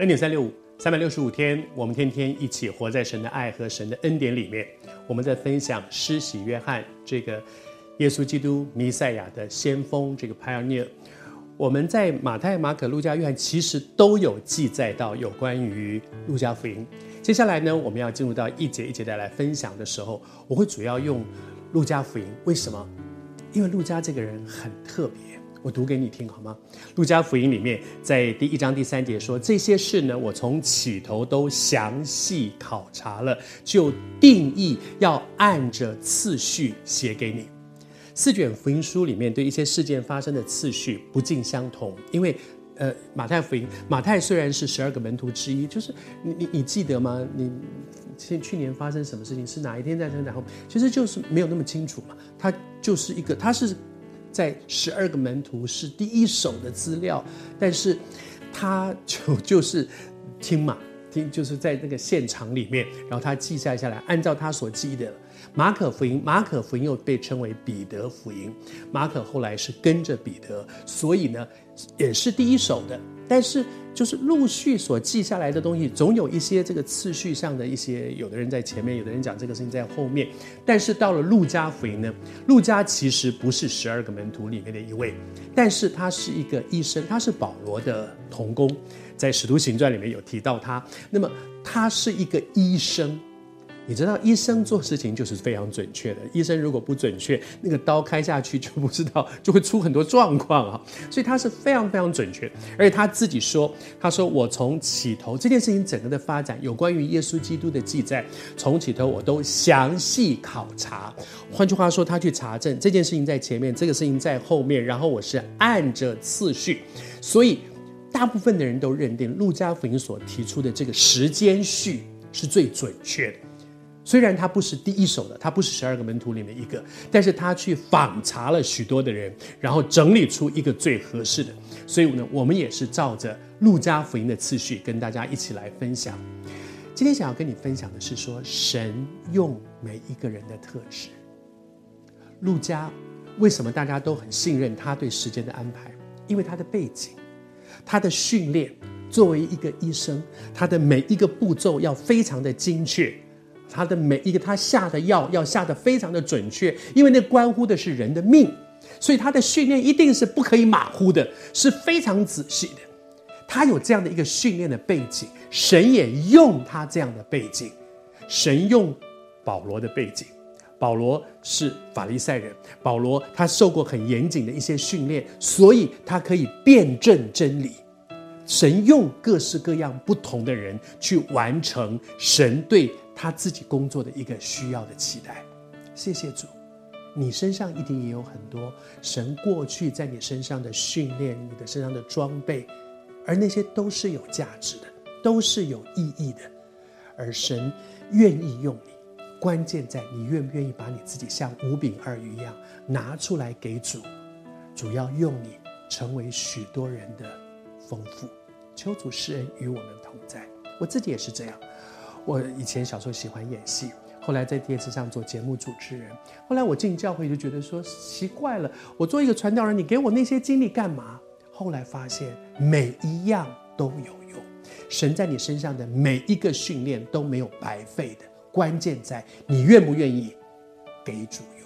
恩典365，365天，我们天天一起活在神的爱和神的恩典里面。我们在分享施洗约翰这个耶稣基督弥赛亚的先锋，这个 pioneer。我们在马太、马可、路加、约翰其实都有记载到有关于路加福音。接下来呢，我们要进入到一节一节的来分享的时候，我会主要用路加福音。为什么？因为路加这个人很特别。我读给你听好吗？路加福音里面在第1章第3节说，这些事呢，我从起头都详细考察了，就定义要按着次序写给你。4卷福音书里面对一些事件发生的次序不尽相同，因为马太福音，马太虽然是12个门徒之一，就是你记得吗？你去年发生什么事情，是哪一天在然后其实就是没有那么清楚嘛。他就是一个，他是在12个门徒是第一手的资料，但是他就是听就是在那个现场里面，然后他记下来，按照他所记的。马可福音又被称为彼得福音，马可后来是跟着彼得，所以呢也是第一手的，但是就是陆续所记下来的东西，总有一些这个次序上的一些，有的人在前面，有的人讲这个事情在后面。但是到了路加福音呢，路加其实不是12个门徒里面的一位，但是他是一个医生，他是保罗的同工，在使徒行传里面有提到他。那么他是一个医生，你知道医生做事情就是非常准确的，医生如果不准确，那个刀开下去就不知道，就会出很多状况啊。所以他是非常非常准确，而且他自己说，他说我从起头这件事情整个的发展，有关于耶稣基督的记载，从起头我都详细考察。换句话说，他去查证这件事情在前面，这个事情在后面，然后我是按着次序，所以大部分的人都认定路加福音所提出的这个时间序是最准确的。虽然他不是第一手的，他不是12个门徒里面一个，但是他去访查了许多的人，然后整理出一个最合适的。所以呢，我们也是照着路加福音的次序跟大家一起来分享。今天想要跟你分享的是说，神用每一个人的特质。路加为什么大家都很信任他对时间的安排？因为他的背景，他的训练，作为一个医生，他的每一个步骤要非常的精确，他的每一个他下的药要下得非常的准确，因为那关乎的是人的命，所以他的训练一定是不可以马虎的，是非常仔细的。他有这样的一个训练的背景，神也用他这样的背景。神用保罗的背景，保罗是法利赛人，保罗他受过很严谨的一些训练，所以他可以辩证真理。神用各式各样不同的人去完成神对他自己工作的一个需要的期待。谢谢主，你身上一定也有很多神过去在你身上的训练，你的身上的装备，而那些都是有价值的，都是有意义的，而神愿意用你，关键在你愿不愿意把你自己像5饼2鱼一样拿出来给主，主要用你成为许多人的丰富。求主施恩与我们同在。我自己也是这样，我以前小时候喜欢演戏，后来在电视上做节目主持人，后来我进教会就觉得说奇怪了，我做一个传道人，你给我那些经历干嘛？后来发现每一样都有用，神在你身上的每一个训练都没有白费的，关键在你愿不愿意给主用。